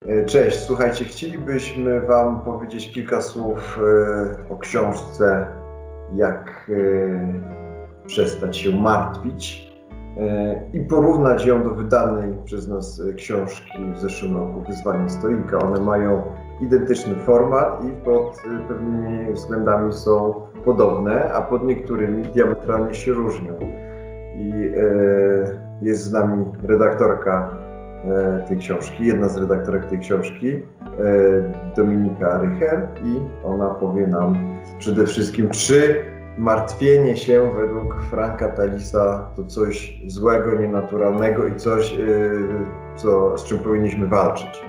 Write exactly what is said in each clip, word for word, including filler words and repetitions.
Cześć, słuchajcie, chcielibyśmy Wam powiedzieć kilka słów o książce Jak przestać się martwić i porównać ją do wydanej przez nas książki w zeszłym roku Wyzwanie Stoika. One mają identyczny format i pod pewnymi względami są podobne, a pod niektórymi diametralnie się różnią. I jest z nami redaktorka tej książki, jedna z redaktorek tej książki, Dominika Rycher, i ona powie nam przede wszystkim, czy martwienie się według Franka Thalisa to coś złego, nienaturalnego i coś, co, z czym powinniśmy walczyć.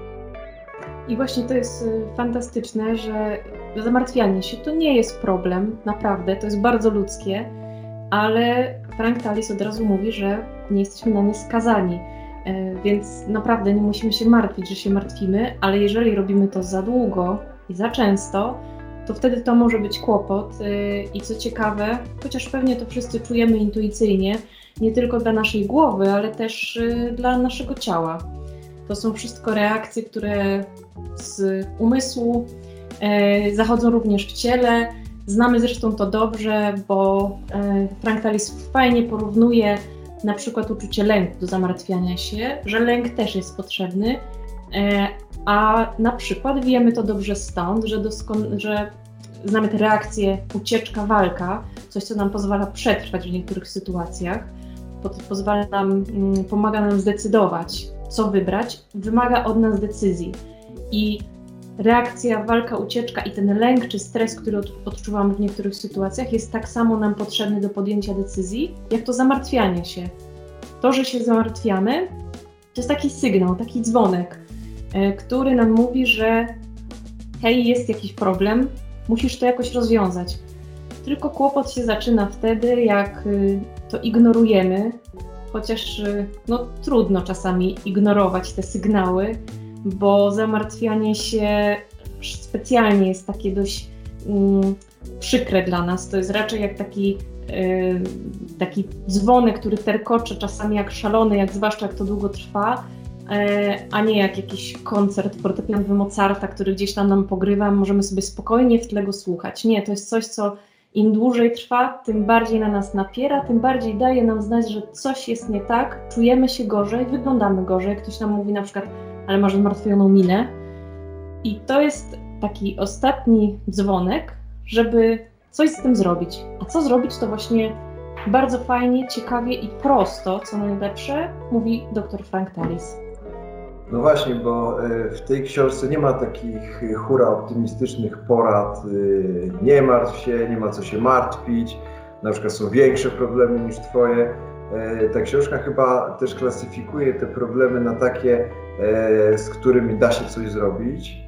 I właśnie to jest fantastyczne, że zamartwianie się to nie jest problem, naprawdę, to jest bardzo ludzkie, ale Frank Thalis od razu mówi, że nie jesteśmy na nie skazani. Więc naprawdę nie musimy się martwić, że się martwimy, ale jeżeli robimy to za długo i za często, to wtedy to może być kłopot. I co ciekawe, chociaż pewnie to wszyscy czujemy intuicyjnie, nie tylko dla naszej głowy, ale też dla naszego ciała. To są wszystko reakcje, które z umysłu zachodzą również w ciele. Znamy zresztą to dobrze, bo Frank Thalis fajnie porównuje na przykład uczucie lęku do zamartwiania się, że lęk też jest potrzebny, a na przykład wiemy to dobrze stąd, że, doskon- że znamy te reakcje ucieczka, walka, coś co nam pozwala przetrwać w niektórych sytuacjach, pozwala nam, pomaga nam zdecydować, co wybrać, wymaga od nas decyzji. I reakcja, walka, ucieczka i ten lęk czy stres, który odczuwamy w niektórych sytuacjach, jest tak samo nam potrzebny do podjęcia decyzji, jak to zamartwianie się. To, że się zamartwiamy, to jest taki sygnał, taki dzwonek, który nam mówi, że hej, jest jakiś problem, musisz to jakoś rozwiązać. Tylko kłopot się zaczyna wtedy, jak to ignorujemy, chociaż no, trudno czasami ignorować te sygnały, bo zamartwianie się specjalnie jest takie dość um, przykre dla nas. To jest raczej jak taki, y, taki dzwonek, który terkocze czasami jak szalony, jak zwłaszcza jak to długo trwa, y, a nie jak jakiś koncert fortepianowy Mozarta, który gdzieś tam nam pogrywa, możemy sobie spokojnie w tle go słuchać. Nie, to jest coś, co im dłużej trwa, tym bardziej na nas napiera, tym bardziej daje nam znać, że coś jest nie tak, czujemy się gorzej, wyglądamy gorzej. Ktoś nam mówi na przykład, ale masz zmartwioną minę. I to jest taki ostatni dzwonek, żeby coś z tym zrobić. A co zrobić, to właśnie bardzo fajnie, ciekawie i prosto, co najlepsze, mówi dr Frank Thalis. No właśnie, bo w tej książce nie ma takich hura optymistycznych porad, nie martw się, nie ma co się martwić, na przykład są większe problemy niż twoje. Ta książka chyba też klasyfikuje te problemy na takie, z którymi da się coś zrobić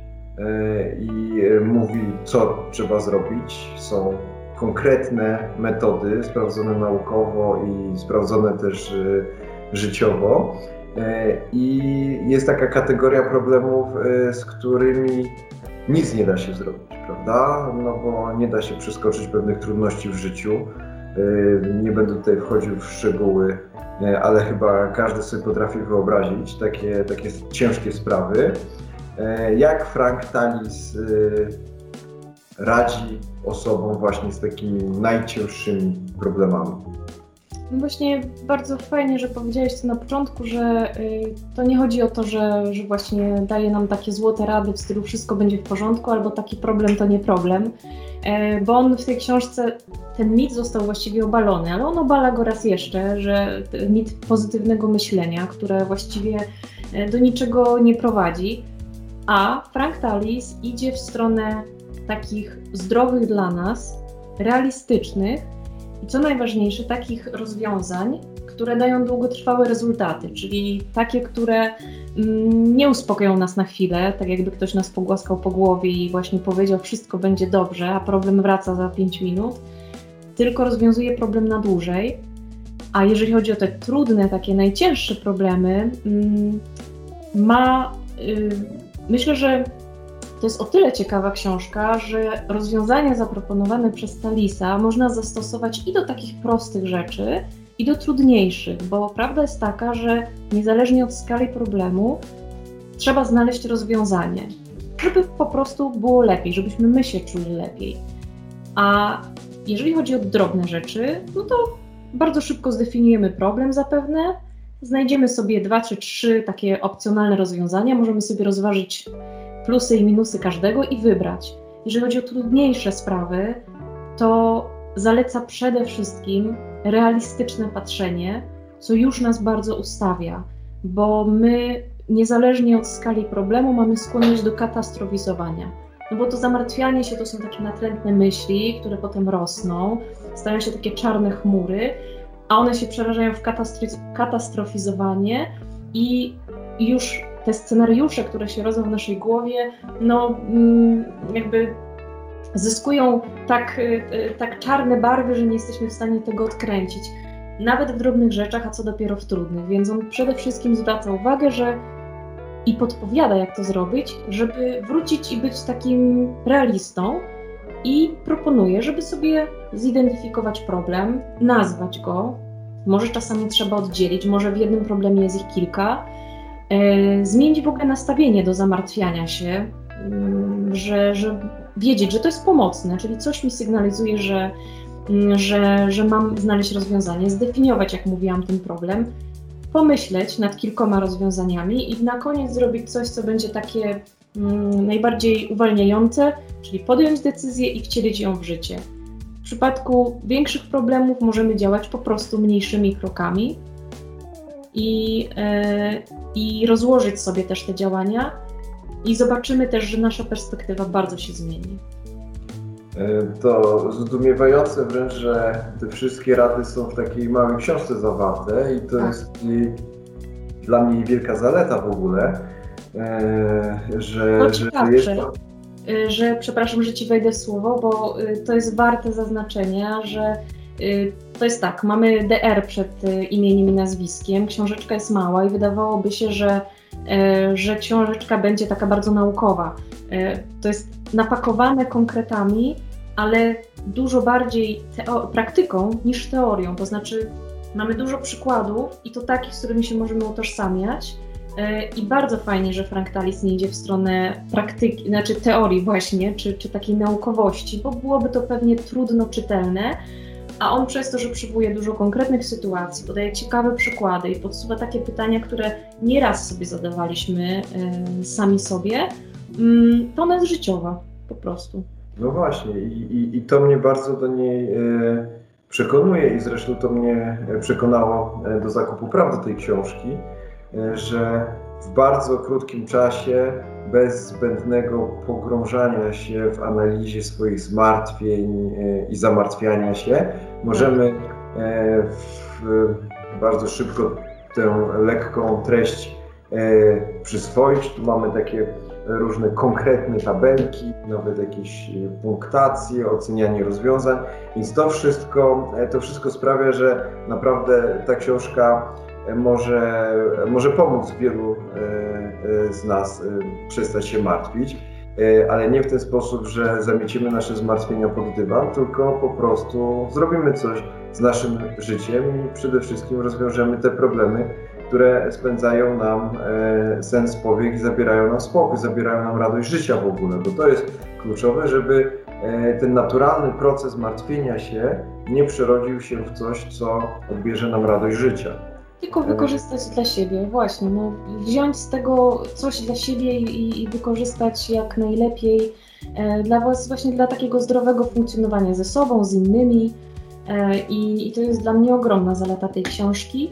i mówi, co trzeba zrobić. Są konkretne metody sprawdzone naukowo i sprawdzone też życiowo. I jest taka kategoria problemów, z którymi nic nie da się zrobić, prawda? No bo nie da się przeskoczyć pewnych trudności w życiu. Nie będę tutaj wchodził w szczegóły, ale chyba każdy sobie potrafi wyobrazić takie, takie ciężkie sprawy. Jak Frank Thalis radzi osobom właśnie z takimi najcięższymi problemami? No właśnie bardzo fajnie, że powiedziałeś to na początku, że y, to nie chodzi o to, że, że właśnie daje nam takie złote rady w stylu wszystko będzie w porządku, albo taki problem to nie problem, e, bo on w tej książce, ten mit został właściwie obalony, ale on obala go raz jeszcze, że mit pozytywnego myślenia, które właściwie do niczego nie prowadzi, a Frank Thalis idzie w stronę takich zdrowych dla nas, realistycznych, i co najważniejsze, takich rozwiązań, które dają długotrwałe rezultaty, czyli takie, które mm, nie uspokoją nas na chwilę, tak jakby ktoś nas pogłaskał po głowie i właśnie powiedział, wszystko będzie dobrze, a problem wraca za pięć minut, tylko rozwiązuje problem na dłużej. A jeżeli chodzi o te trudne, takie najcięższe problemy, mm, ma, y, myślę, że to jest o tyle ciekawa książka, że rozwiązania zaproponowane przez Thalisa można zastosować i do takich prostych rzeczy, i do trudniejszych, bo prawda jest taka, że niezależnie od skali problemu, trzeba znaleźć rozwiązanie, żeby po prostu było lepiej, żebyśmy my się czuli lepiej. A jeżeli chodzi o drobne rzeczy, no to bardzo szybko zdefiniujemy problem zapewne, znajdziemy sobie dwa czy trzy takie opcjonalne rozwiązania, możemy sobie rozważyć plusy i minusy każdego i wybrać. Jeżeli chodzi o trudniejsze sprawy, to zaleca przede wszystkim realistyczne patrzenie, co już nas bardzo ustawia, bo my niezależnie od skali problemu mamy skłonność do katastrofizowania. No bo to zamartwianie się to są takie natrętne myśli, które potem rosną, stają się takie czarne chmury, a one się przerażają w katastro- katastrofizowanie i już te scenariusze, które się rodzą w naszej głowie, no jakby zyskują tak, tak czarne barwy, że nie jesteśmy w stanie tego odkręcić. Nawet w drobnych rzeczach, a co dopiero w trudnych. Więc on przede wszystkim zwraca uwagę, że i podpowiada, jak to zrobić, żeby wrócić i być takim realistą i proponuje, żeby sobie zidentyfikować problem, nazwać go, może czasami trzeba oddzielić, może w jednym problemie jest ich kilka, e, zmienić w ogóle nastawienie do zamartwiania się, y, że, że wiedzieć, że to jest pomocne, czyli coś mi sygnalizuje, że, y, że, że mam znaleźć rozwiązanie, zdefiniować, jak mówiłam, ten problem, pomyśleć nad kilkoma rozwiązaniami i na koniec zrobić coś, co będzie takie mm, najbardziej uwalniające, czyli podjąć decyzję i wcielić ją w życie. W przypadku większych problemów możemy działać po prostu mniejszymi krokami i, yy, i rozłożyć sobie też te działania i zobaczymy też, że nasza perspektywa bardzo się zmieni. To zdumiewające wręcz, że te wszystkie rady są w takiej małej książce zawarte i to tak. jest i dla mnie wielka zaleta w ogóle, że, no, że, tak, że jest że, to... że, przepraszam, że Ci wejdę w słowo, bo to jest warte zaznaczenia, że to jest tak, mamy D R przed imieniem i nazwiskiem, książeczka jest mała i wydawałoby się, że, że książeczka będzie taka bardzo naukowa. To jest napakowane konkretami, ale dużo bardziej teo- praktyką niż teorią, to znaczy mamy dużo przykładów i to takich, z którymi się możemy utożsamiać i bardzo fajnie, że Frank Tallis nie idzie w stronę praktyki, znaczy teorii właśnie, czy, czy takiej naukowości, bo byłoby to pewnie trudno czytelne, a on przez to, że przywołuje dużo konkretnych sytuacji, podaje ciekawe przykłady i podsuwa takie pytania, które nieraz sobie zadawaliśmy y, sami sobie, y, to ona jest życiowa po prostu. No właśnie i, i, i to mnie bardzo do niej e, przekonuje i zresztą to mnie przekonało do zakupu praw do tej książki, e, że w bardzo krótkim czasie, bez zbędnego pogrążania się w analizie swoich zmartwień e, i zamartwiania się, możemy e, w, bardzo szybko tę lekką treść e, przyswoić. Tu mamy takie różne konkretne tabelki, nawet jakieś punktacje, ocenianie rozwiązań, więc to wszystko, to wszystko sprawia, że naprawdę ta książka może, może pomóc wielu z nas przestać się martwić, ale nie w ten sposób, że zamiecimy nasze zmartwienia pod dywan, tylko po prostu zrobimy coś z naszym życiem i przede wszystkim rozwiążemy te problemy, które spędzają nam e, sens powiek i zabierają nam spokój, zabierają nam radość życia w ogóle, bo to jest kluczowe, żeby e, ten naturalny proces martwienia się nie przerodził się w coś, co odbierze nam radość życia. Tylko wykorzystać e... dla siebie, właśnie, no, wziąć z tego coś dla siebie i, i wykorzystać jak najlepiej e, dla was, właśnie dla takiego zdrowego funkcjonowania ze sobą, z innymi e, i, i to jest dla mnie ogromna zaleta tej książki.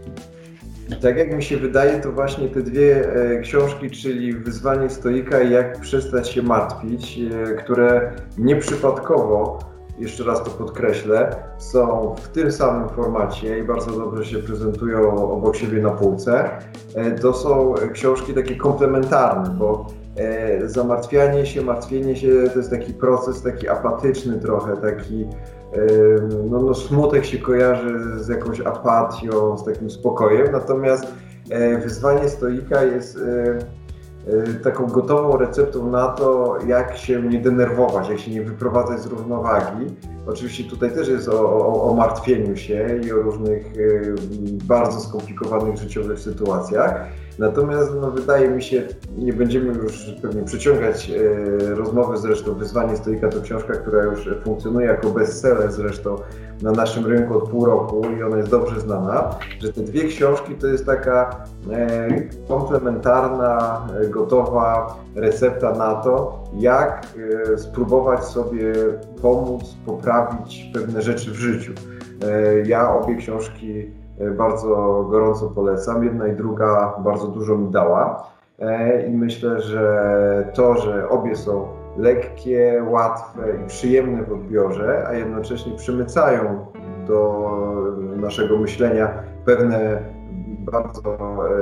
Tak jak mi się wydaje, to właśnie te dwie e, książki, czyli Wyzwanie stoika i Jak przestać się martwić, e, które nieprzypadkowo, jeszcze raz to podkreślę, są w tym samym formacie i bardzo dobrze się prezentują obok siebie na półce. E, to są książki takie komplementarne, bo e, zamartwianie się, martwienie się to jest taki proces taki apatyczny trochę, taki No, no smutek się kojarzy z jakąś apatią, z takim spokojem, natomiast e, Wyzwanie stoika jest e, e, taką gotową receptą na to, jak się nie denerwować, jak się nie wyprowadzać z równowagi Oczywiście tutaj też jest o, o, o martwieniu się i o różnych y, bardzo skomplikowanych życiowych sytuacjach. Natomiast no, wydaje mi się, nie będziemy już pewnie przeciągać y, rozmowy, zresztą Wyzwanie stoika to książka, która już funkcjonuje jako bestseller zresztą na naszym rynku od pół roku i ona jest dobrze znana, że te dwie książki to jest taka e, komplementarna, e, gotowa recepta na to, jak e, spróbować sobie pomóc, poprawić pewne rzeczy w życiu. E, ja obie książki e, bardzo gorąco polecam, jedna i druga bardzo dużo mi dała e, i myślę, że to, że obie są lekkie, łatwe i przyjemne w odbiorze, a jednocześnie przymycają do naszego myślenia pewne bardzo e,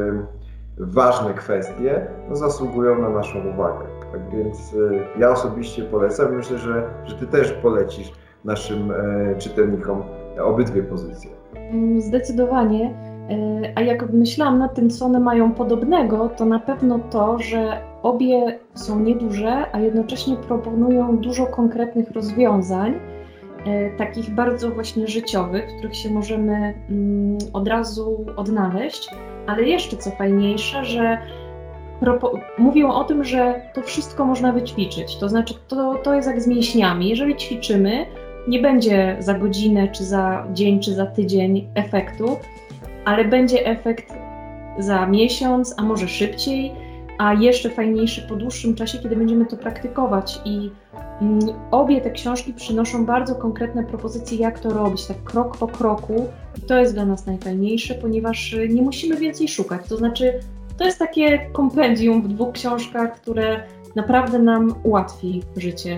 ważne kwestie, no, zasługują na naszą uwagę. Tak więc e, ja osobiście polecam, myślę, że, że Ty też polecisz naszym e, czytelnikom obydwie pozycje. Zdecydowanie. A jak myślałam nad tym, co one mają podobnego, to na pewno to, że obie są nieduże, a jednocześnie proponują dużo konkretnych rozwiązań, e, takich bardzo właśnie życiowych, w których się możemy mm, od razu odnaleźć, ale jeszcze co fajniejsze, że propo- mówią o tym, że to wszystko można wyćwiczyć, to znaczy to, to jest jak z mięśniami, jeżeli ćwiczymy, nie będzie za godzinę, czy za dzień, czy za tydzień efektu, ale będzie efekt za miesiąc, a może szybciej, a jeszcze fajniejszy po dłuższym czasie, kiedy będziemy to praktykować. I mm, obie te książki przynoszą bardzo konkretne propozycje, jak to robić, tak krok po kroku. I to jest dla nas najfajniejsze, ponieważ nie musimy więcej szukać. To znaczy, to jest takie kompendium w dwóch książkach, które naprawdę nam ułatwi życie.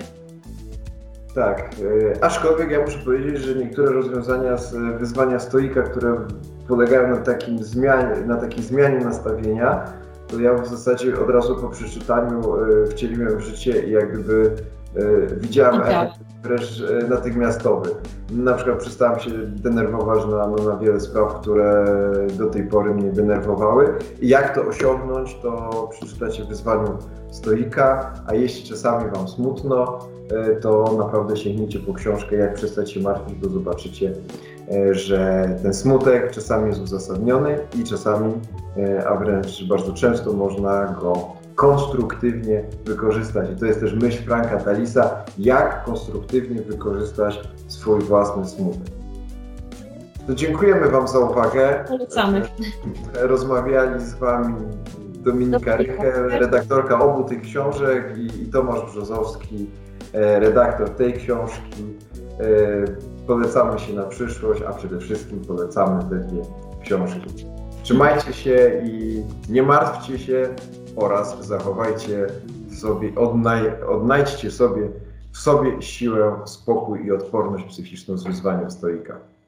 Tak, yy, aczkolwiek ja muszę powiedzieć, że niektóre rozwiązania z Wyzwania stoika, które polegają na, takim zmianie, na takiej zmianie nastawienia, to ja w zasadzie od razu po przeczytaniu yy, wcieliłem w życie i jak gdyby yy, widziałem efekt wręcz yy, natychmiastowy. Na przykład przestałem się denerwować na, no, na wiele spraw, które do tej pory mnie denerwowały. I jak to osiągnąć, to przeczytacie Wyzwaniu stoika, a jeśli czasami Wam smutno, to naprawdę sięgnijcie po książkę Jak przestać się martwić, bo zobaczycie, że ten smutek czasami jest uzasadniony i czasami, a wręcz bardzo często można go konstruktywnie wykorzystać. I to jest też myśl Franka Tallisa, jak konstruktywnie wykorzystać swój własny smutek. To dziękujemy Wam za uwagę. Polecamy. Rozmawiali z Wami Dominika Rychel, redaktorka obu tych książek i, i Tomasz Brzozowski, redaktor tej książki. Polecamy się na przyszłość, a przede wszystkim polecamy te dwie książki. Trzymajcie się i nie martwcie się oraz zachowajcie w sobie, odnaj, odnajdźcie sobie w sobie siłę, spokój i odporność psychiczną z Wyzwaniem stoika.